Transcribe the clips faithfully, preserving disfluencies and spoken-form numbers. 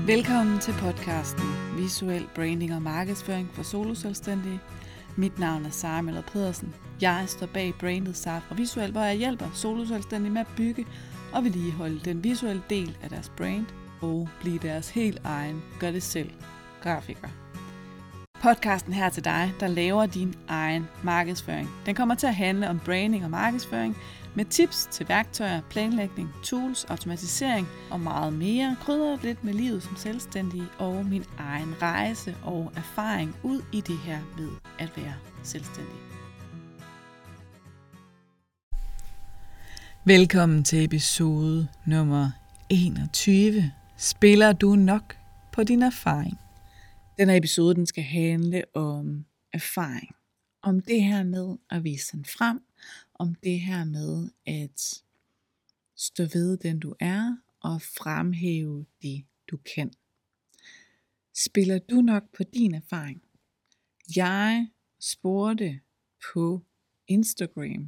Velkommen til podcasten Visuel Branding og Markedsføring for Soloselvstændige. Mit navn er Sara Møller Pedersen. Jeg står bag brandet Sara fra Visuel, hvor jeg hjælper soloselvstændige med at bygge og vedligeholde den visuelle del af deres brand og blive deres helt egen gør det selv grafiker. Podcasten her til dig, der laver din egen markedsføring. Den kommer til at handle om branding og markedsføring med tips til værktøjer, planlægning, tools, automatisering og meget mere. Krydret lidt med livet som selvstændig og min egen rejse og erfaring ud i det her med at være selvstændig. Velkommen til episode nummer enogtyve. Spiller du nok på din erfaring? Den her episode den skal handle om erfaring. Om det her med at vise den frem. Om det her med at stå ved den du er og fremhæve det du kan. Spiller du nok på din erfaring? Jeg spurgte på Instagram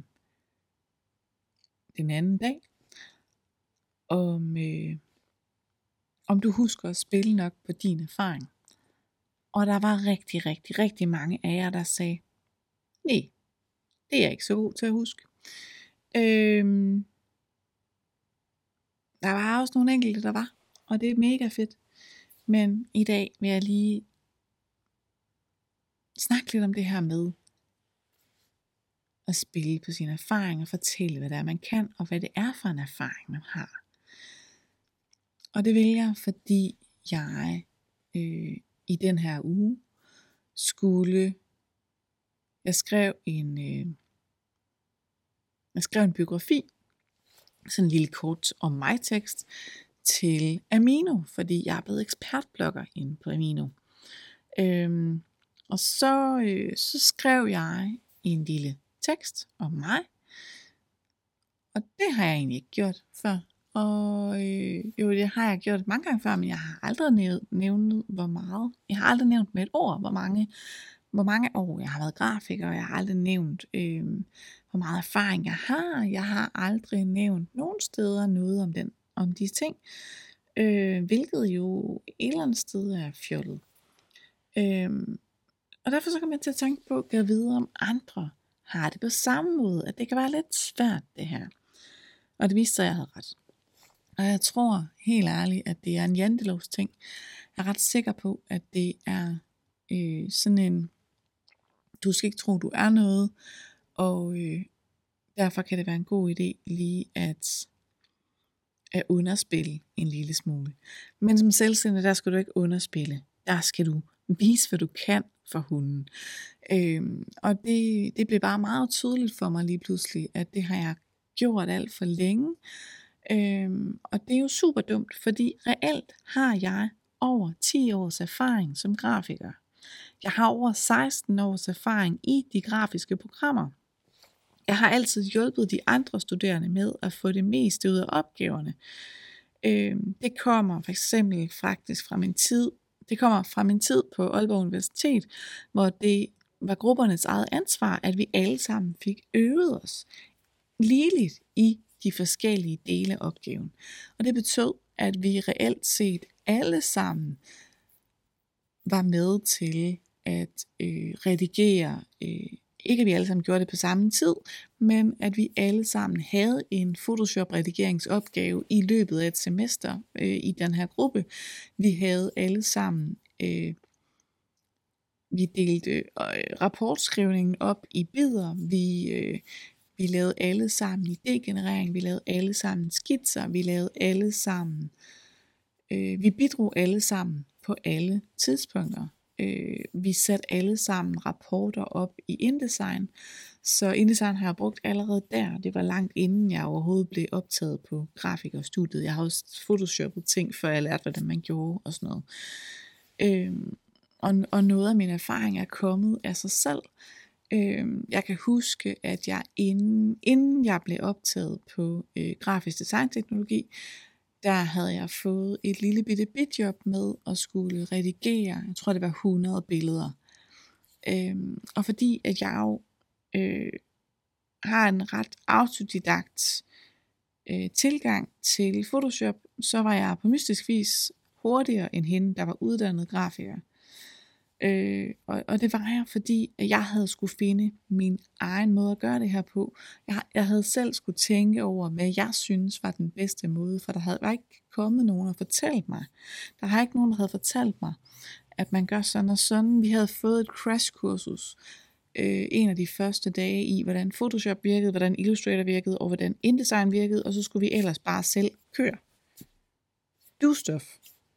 den anden dag, om, øh, om du husker at spille nok på din erfaring. Og der var rigtig, rigtig, rigtig mange af jer, der sagde, nej, det er jeg ikke så god til at huske. Øhm, der var også nogle enkelte, der var, og det er mega fedt. Men i dag vil jeg lige snakke lidt om det her med at spille på sine erfaringer og fortælle, hvad det er, man kan, og hvad det er for en erfaring, man har. Og det vil jeg, fordi jeg øh, i den her uge skulle, jeg skrev en, øh, jeg skrev en biografi, sådan en lille kort om mig tekst, til Amino, fordi jeg er blevet ekspertblogger inde på Amino. Øhm, og så, øh, så skrev jeg en lille tekst om mig, og det har jeg egentlig ikke gjort før. Og øh, jo, det har jeg gjort mange gange før, men jeg har aldrig nævnt, nævnt hvor meget. Jeg har aldrig nævnt med et ord, hvor mange, hvor mange år jeg har været grafiker, og jeg har aldrig nævnt, øh, hvor meget erfaring jeg har. Jeg har aldrig nævnt nogen steder noget om, den, om de ting, øh, hvilket jo et eller andet sted er fjollet. Øh, og derfor så kommer jeg til at tænke på, at gå videre om andre har det på samme måde, at det kan være lidt svært det her. Og det viste sig, at jeg havde ret. Og jeg tror helt ærligt, at det er en jantelovs ting. Jeg er ret sikker på, at det er øh, sådan en, du skal ikke tro, du er noget, og øh, derfor kan det være en god idé lige at, at underspille en lille smule. Men som selvstændig, der skal du ikke underspille. Der skal du vise, hvad du kan for hunden. Øhm, og det, det blev bare meget tydeligt for mig lige pludselig, at det har jeg gjort alt for længe. Øhm, og det er jo super dumt, fordi reelt har jeg over ti års erfaring som grafiker. Jeg har over seksten års erfaring i de grafiske programmer. Jeg har altid hjulpet de andre studerende med at få det meste ud af opgaverne. Øhm, det kommer for eksempel faktisk fra min tid, det kommer fra min tid på Aalborg Universitet, hvor det var gruppernes eget ansvar, at vi alle sammen fik øvet os ligeligt i de forskellige dele af opgaven. Og det betød, at vi reelt set alle sammen var med til at øh, redigere, øh, ikke at vi alle sammen gjorde det på samme tid, men at vi alle sammen havde en Photoshop-redigeringsopgave i løbet af et semester øh, i den her gruppe. Vi havde alle sammen, øh, vi delte øh, rapportskrivningen op i bidder, vi øh, Vi lavede alle sammen idégenerering, vi lavede alle sammen skitser, vi lavede alle sammen, øh, vi bidrog alle sammen på alle tidspunkter. Øh, vi satte alle sammen rapporter op i InDesign, så InDesign har jeg brugt allerede der. Det var langt inden jeg overhovedet blev optaget på grafikerstudiet. Jeg har også photoshoppet ting, før jeg lærte, hvordan man gjorde og sådan noget. Øh, og, og noget af min erfaring er kommet af sig selv. Jeg kan huske, at jeg inden, inden jeg blev optaget på øh, grafisk designteknologi, der havde jeg fået et lille bitte bitjob med at skulle redigere, jeg tror det var hundrede billeder. Øhm, og fordi at jeg jo øh, har en ret autodidakt øh, tilgang til Photoshop, så var jeg på mystisk vis hurtigere end hende, der var uddannet grafiker. Øh, og, og det var jeg, fordi jeg havde skulle finde min egen måde at gøre det her på. Jeg, jeg havde selv skulle tænke over, hvad jeg synes var den bedste måde, for der havde var ikke kommet nogen og fortalt mig. Der har ikke nogen, der havde fortalt mig, at man gør sådan og sådan. Vi havde fået et crashkursus, øh, en af de første dage i, hvordan Photoshop virkede, hvordan Illustrator virkede, og hvordan InDesign virkede, og så skulle vi ellers bare selv køre. Do stuff.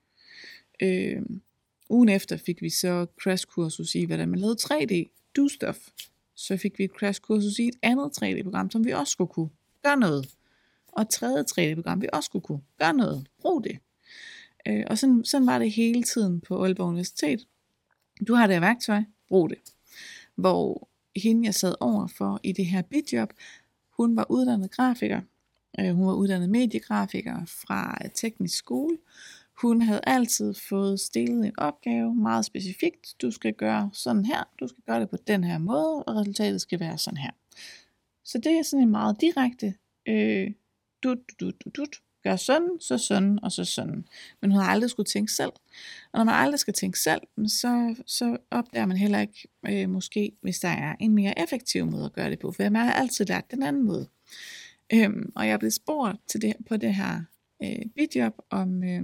Øh, Ugen efter fik vi så crashkursus i, hvordan man lavede tre D, do stuff. Så fik vi et crashkursus i et andet tre D-program, som vi også skulle kunne gøre noget. Og et tredje tre D-program, vi også skulle kunne gøre noget. Brug det. Øh, og sådan, sådan var det hele tiden på Aalborg Universitet. Du har det her værktøj, brug det. Hvor hende, jeg sad over for i det her bidjob, hun var uddannet grafiker. Øh, hun var uddannet mediegrafiker fra teknisk skole. Hun havde altid fået stillet en opgave, meget specifikt. Du skal gøre sådan her, du skal gøre det på den her måde, og resultatet skal være sådan her. Så det er sådan en meget direkte, øh, dut, dut, dut, dut, gør sådan, så sådan, og så sådan. Men hun har aldrig skulle tænke selv. Og når man aldrig skal tænke selv, så, så opdager man heller ikke, øh, måske, hvis der er en mere effektiv måde at gøre det på. For jeg har altid lært den anden måde. Øhm, og jeg blev spurgt til det, på det her øh, bidjob, om... Øh,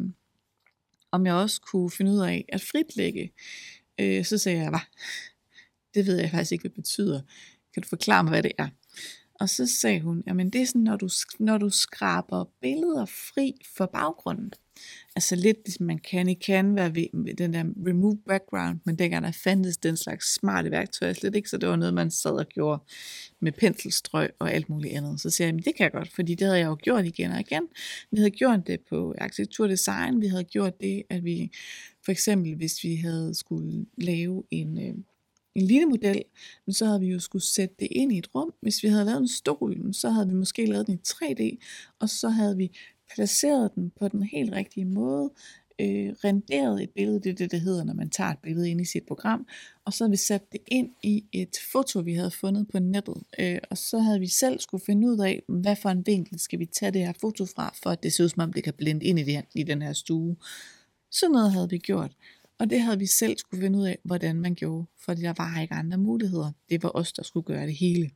om jeg også kunne finde ud af at fritlægge. Øh, så sagde jeg, hvad? Det ved jeg faktisk ikke, hvad det betyder. Kan du forklare mig, hvad det er? Og så sagde hun, jamen det er sådan, når du, når du skraber billeder fri for baggrunden. Altså lidt ligesom man kan i Canva ved den der remove background, men dengang der fandtes den slags smarte værktøjer slet ikke, så det var noget, man sad og gjorde med penselstrøg og alt muligt andet. Så siger jeg, jamen det kan jeg godt, fordi det havde jeg jo gjort igen og igen. Vi havde gjort det på arkitekturdesign, vi havde gjort det, at vi for eksempel, hvis vi havde skulle lave en... Øh, en linemodel, men så havde vi jo skulle sætte det ind i et rum. Hvis vi havde lavet en stol, så havde vi måske lavet den i tre D, og så havde vi placeret den på den helt rigtige måde, øh, renderet et billede, det er det, det hedder, når man tager et billede ind i sit program, og så havde vi sat det ind i et foto, vi havde fundet på nettet, øh, og så havde vi selv skulle finde ud af, hvad for en vinkel skal vi tage det her foto fra, for at det ser ud som om det kan blende ind i, det her, i den her stue. Sådan noget havde vi gjort. Og det havde vi selv skulle finde ud af, hvordan man gjorde, fordi der var ikke andre muligheder. Det var os, der skulle gøre det hele.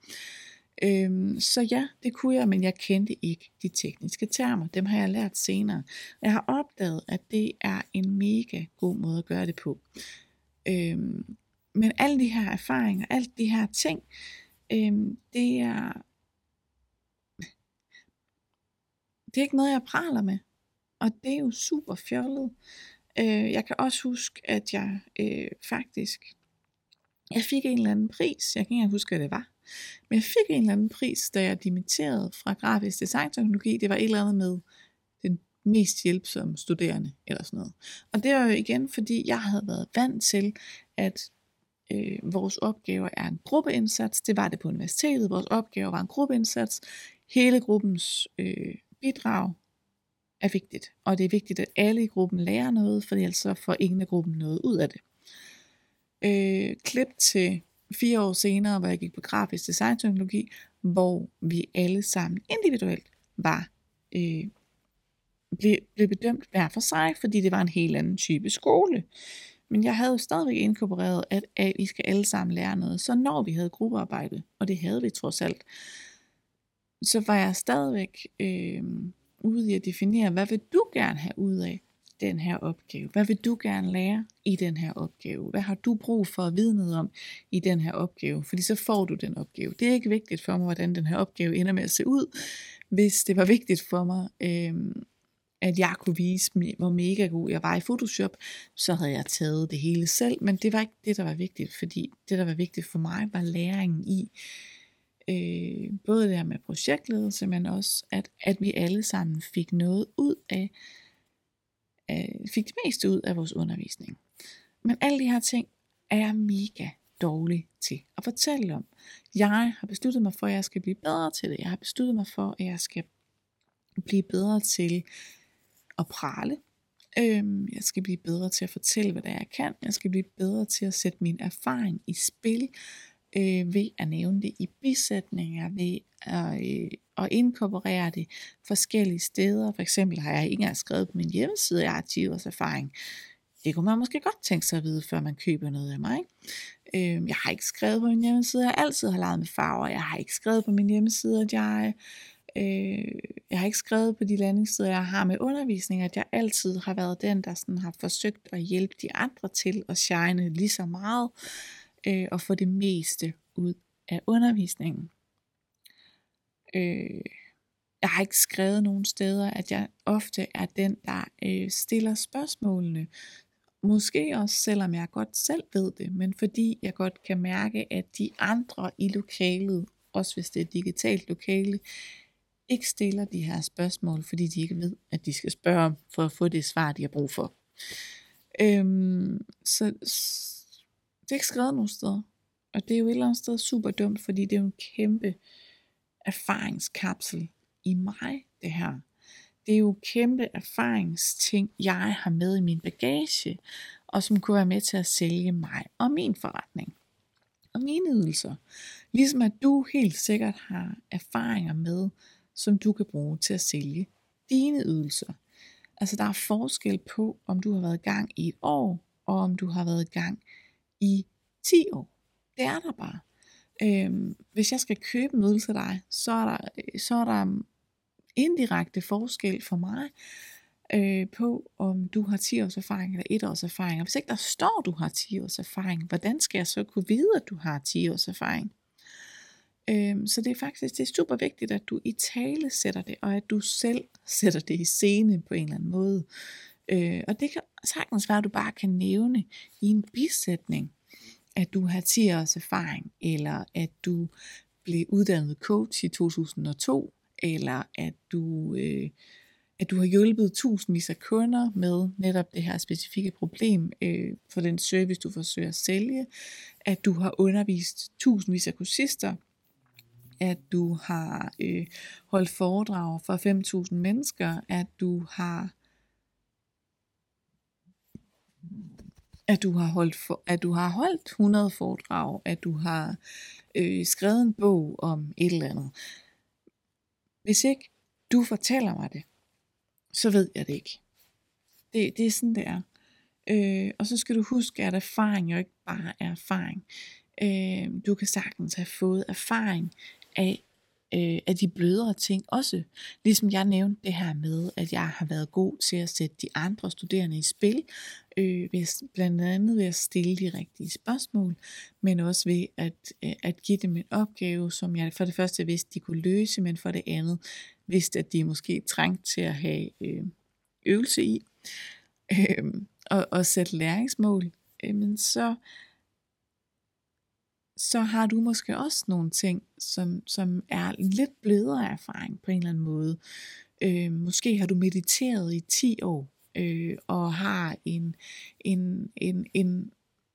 Øhm, så ja, det kunne jeg, men jeg kendte ikke de tekniske termer. Dem har jeg lært senere. Jeg har opdaget, at det er en mega god måde at gøre det på. Øhm, men alle de her erfaringer, alle de her ting, øhm, det er det er ikke noget, jeg praler med. Og det er jo super fjollet. Øh, jeg kan også huske, at jeg øh, faktisk, jeg fik en eller anden pris, jeg kan ikke engang huske, hvad det var, men jeg fik en eller anden pris, da jeg dimitterede fra grafisk designteknologi. Det var et eller andet med den mest hjælpsomme studerende, eller sådan noget. Og det var jo igen, fordi jeg havde været vant til, at øh, vores opgave er en gruppeindsats. Det var det på universitetet. Vores opgave var en gruppeindsats. Hele gruppens øh, bidrag er vigtigt, og det er vigtigt, at alle i gruppen lærer noget, for ellers så får ingen af gruppen noget ud af det. Øh, klip til fire år senere, hvor jeg gik på grafisk designteknologi, hvor vi alle sammen individuelt var øh, blev, blev bedømt hver for sig, fordi det var en helt anden type skole. Men jeg havde jo stadigvæk inkorporeret, at, at I skal alle sammen lære noget. Så når vi havde gruppearbejde, og det havde vi trods alt, så var jeg stadigvæk øh, ude i at definere, hvad vil du gerne have ud af den her opgave? Hvad vil du gerne lære i den her opgave? Hvad har du brug for at vide noget om i den her opgave? Fordi så får du den opgave. Det er ikke vigtigt for mig, hvordan den her opgave ender med at se ud. Hvis det var vigtigt for mig, øh, at jeg kunne vise, hvor mega god jeg var i Photoshop, så havde jeg taget det hele selv. Men det var ikke det, der var vigtigt, fordi det, der var vigtigt for mig, var læringen i, øh, både det her med projektledelse, men også, at, at vi alle sammen fik noget ud af, af, fik det meste ud af vores undervisning. Men alle de her ting er jeg mega dårlig til at fortælle om. Jeg har besluttet mig for, at jeg skal blive bedre til det. Jeg har besluttet mig for, at jeg skal blive bedre til at prale. Øhm, jeg skal blive bedre til at fortælle, hvad det er, jeg kan. Jeg skal blive bedre til at sætte min erfaring i spil. øh, ved at nævne det i bisætninger, ved at, øh, at inkorporere det forskellige steder. For eksempel har jeg ikke engang skrevet på min hjemmeside, at jeg har ti års erfaring. Det kunne man måske godt tænke sig at vide, før man køber noget af mig. Øh, jeg har ikke skrevet på min hjemmeside, at jeg altid har leget med farver. Jeg har ikke skrevet på min hjemmeside, at jeg... Øh, jeg har ikke skrevet på de landingssider, jeg har med undervisning, at jeg altid har været den, der sådan har forsøgt at hjælpe de andre til at shine lige så meget, øh, og få det meste ud af undervisningen. Øh, jeg har ikke skrevet nogen steder, at jeg ofte er den, der øh, stiller spørgsmålene. Måske også selvom jeg godt selv ved det, men fordi jeg godt kan mærke, at de andre i lokalet, også hvis det er et digitalt lokale, ikke stiller de her spørgsmål, fordi de ikke ved, at de skal spørge om, for at få det svar, de har brug for. Øhm, så, så det er ikke skrevet nogen steder. Og det er jo et eller andet sted super dumt, fordi det er jo en kæmpe erfaringskapsel i mig, det her. Det er jo kæmpe erfaringsting, jeg har med i min bagage, og som kunne være med til at sælge mig og min forretning. Og mine ydelser. Ligesom at du helt sikkert har erfaringer med, som du kan bruge til at sælge dine ydelser. Altså der er forskel på, om du har været i gang i et år, og om du har været i gang i ti år. Det er der bare. Øhm, hvis jeg skal købe en ydelse af dig, så er der, så er der indirekte forskel for mig øh, på, om du har ti års erfaring eller et års erfaring. Og hvis ikke der står, du har ti års erfaring, hvordan skal jeg så kunne vide, at du har ti års erfaring? Øhm, så det er faktisk det er super vigtigt, at du i tale sætter det, og at du selv sætter det i scene på en eller anden måde. Øh, og det kan sagtens være, at du bare kan nævne i en bisætning, at du har ti års erfaring, eller at du blev uddannet coach i to tusind og to, eller at du, øh, at du har hjulpet tusindvis af kunder med netop det her specifikke problem øh, for den service, du forsøger at sælge, at du har undervist tusindvis af kursister, at du har øh, holdt foredrag for fem tusind mennesker, at du har at du har holdt for, at du har holdt hundrede foredrag, at du har øh, skrevet en bog om et eller andet. Hvis ikke du fortæller mig det, så ved jeg det ikke. Det, det er sådan det er. Øh, og så skal du huske, at erfaring jo ikke bare er erfaring. Øh, du kan sagtens have fået erfaring af, øh, af de blødere ting også. Ligesom jeg nævnte det her med, at jeg har været god til at sætte de andre studerende i spil. Øh, ved, blandt andet ved at stille de rigtige spørgsmål, men også ved at, øh, at give dem en opgave, som jeg for det første vidste, de kunne løse, men for det andet vidste, at de måske trængte til at have øh, øvelse i. Øh, og, og sætte læringsmål. Øh, men så så har du måske også nogle ting, som, som er en lidt blødere erfaring på en eller anden måde. Øh, måske har du mediteret i ti år, øh, og har en, en, en, en,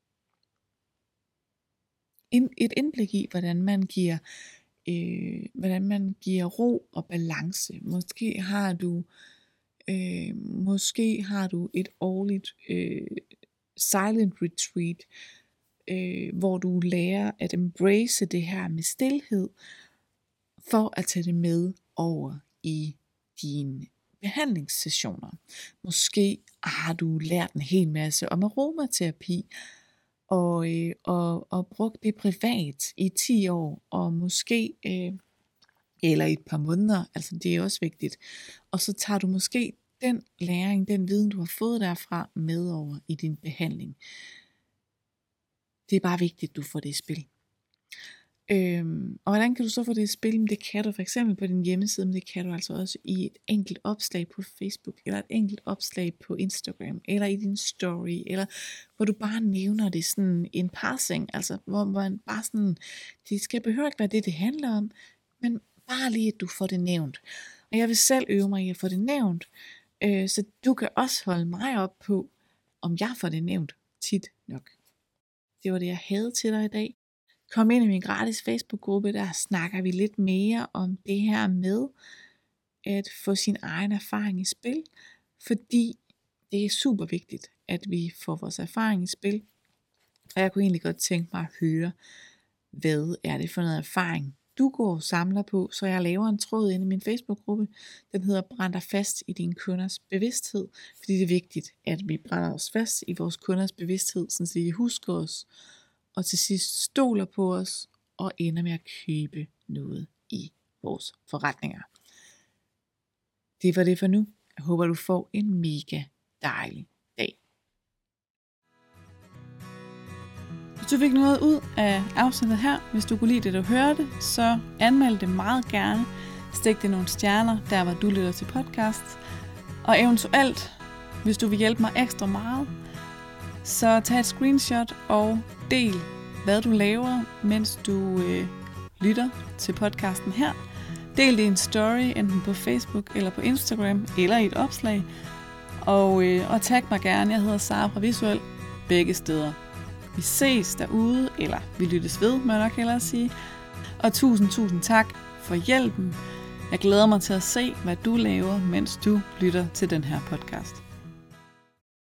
en, et indblik i, hvordan man giver, øh, hvordan man giver ro og balance. Måske har du, øh, måske har du et årligt øh, silent retreat, Øh, hvor du lærer at embrace det her med stilhed, for at tage det med over i dine behandlingssessioner. Måske har du lært en hel masse om aromaterapi, og, øh, og, og brugt det privat i ti år, og måske, øh, eller i et par måneder, altså det er også vigtigt, og så tager du måske den læring, den viden du har fået derfra, med over i din behandling. Det er bare vigtigt, at du får det i spil. Øhm, og hvordan kan du så få det i spil? Men det kan du for eksempel på din hjemmeside, men det kan du altså også i et enkelt opslag på Facebook, eller et enkelt opslag på Instagram, eller i din story, eller hvor du bare nævner det sådan en passing, altså hvor man bare sådan, det skal behøve ikke være det, det handler om, men bare lige, at du får det nævnt. Og jeg vil selv øve mig i at få det nævnt, øh, så du kan også holde mig op på, om jeg får det nævnt tit nok. Det var det, jeg havde til dig i dag. Kom ind i min gratis Facebook-gruppe, der snakker vi lidt mere om det her med at få sin egen erfaring i spil, fordi det er super vigtigt, at vi får vores erfaring i spil. Og jeg kunne egentlig godt tænke mig at høre, hvad er det for noget erfaring, du går og samler på, så jeg laver en tråd inde i min Facebook-gruppe, den hedder Brænd dig fast i dine kunders bevidsthed, fordi det er vigtigt, at vi brænder os fast i vores kunders bevidsthed, så de husker os, og til sidst stoler på os, og ender med at købe noget i vores forretninger. Det var det for nu. Jeg håber, du får en mega dejlig dag. Hvis du fik noget ud af afsnittet her, hvis du kunne lide det, du hørte, så anmeld det meget gerne. Stik det nogle stjerner, der hvor du lytter til podcast. Og eventuelt, hvis du vil hjælpe mig ekstra meget, så tag et screenshot og del, hvad du laver, mens du øh, lytter til podcasten her. Del det i en story, enten på Facebook eller på Instagram, eller i et opslag. Og, øh, og tag mig gerne, jeg hedder Sara fra Visuel, begge steder. Vi ses derude, eller vi lyttes ved, må jeg nok hellere sige. Og tusind, tusind tak for hjælpen. Jeg glæder mig til at se, hvad du laver, mens du lytter til den her podcast.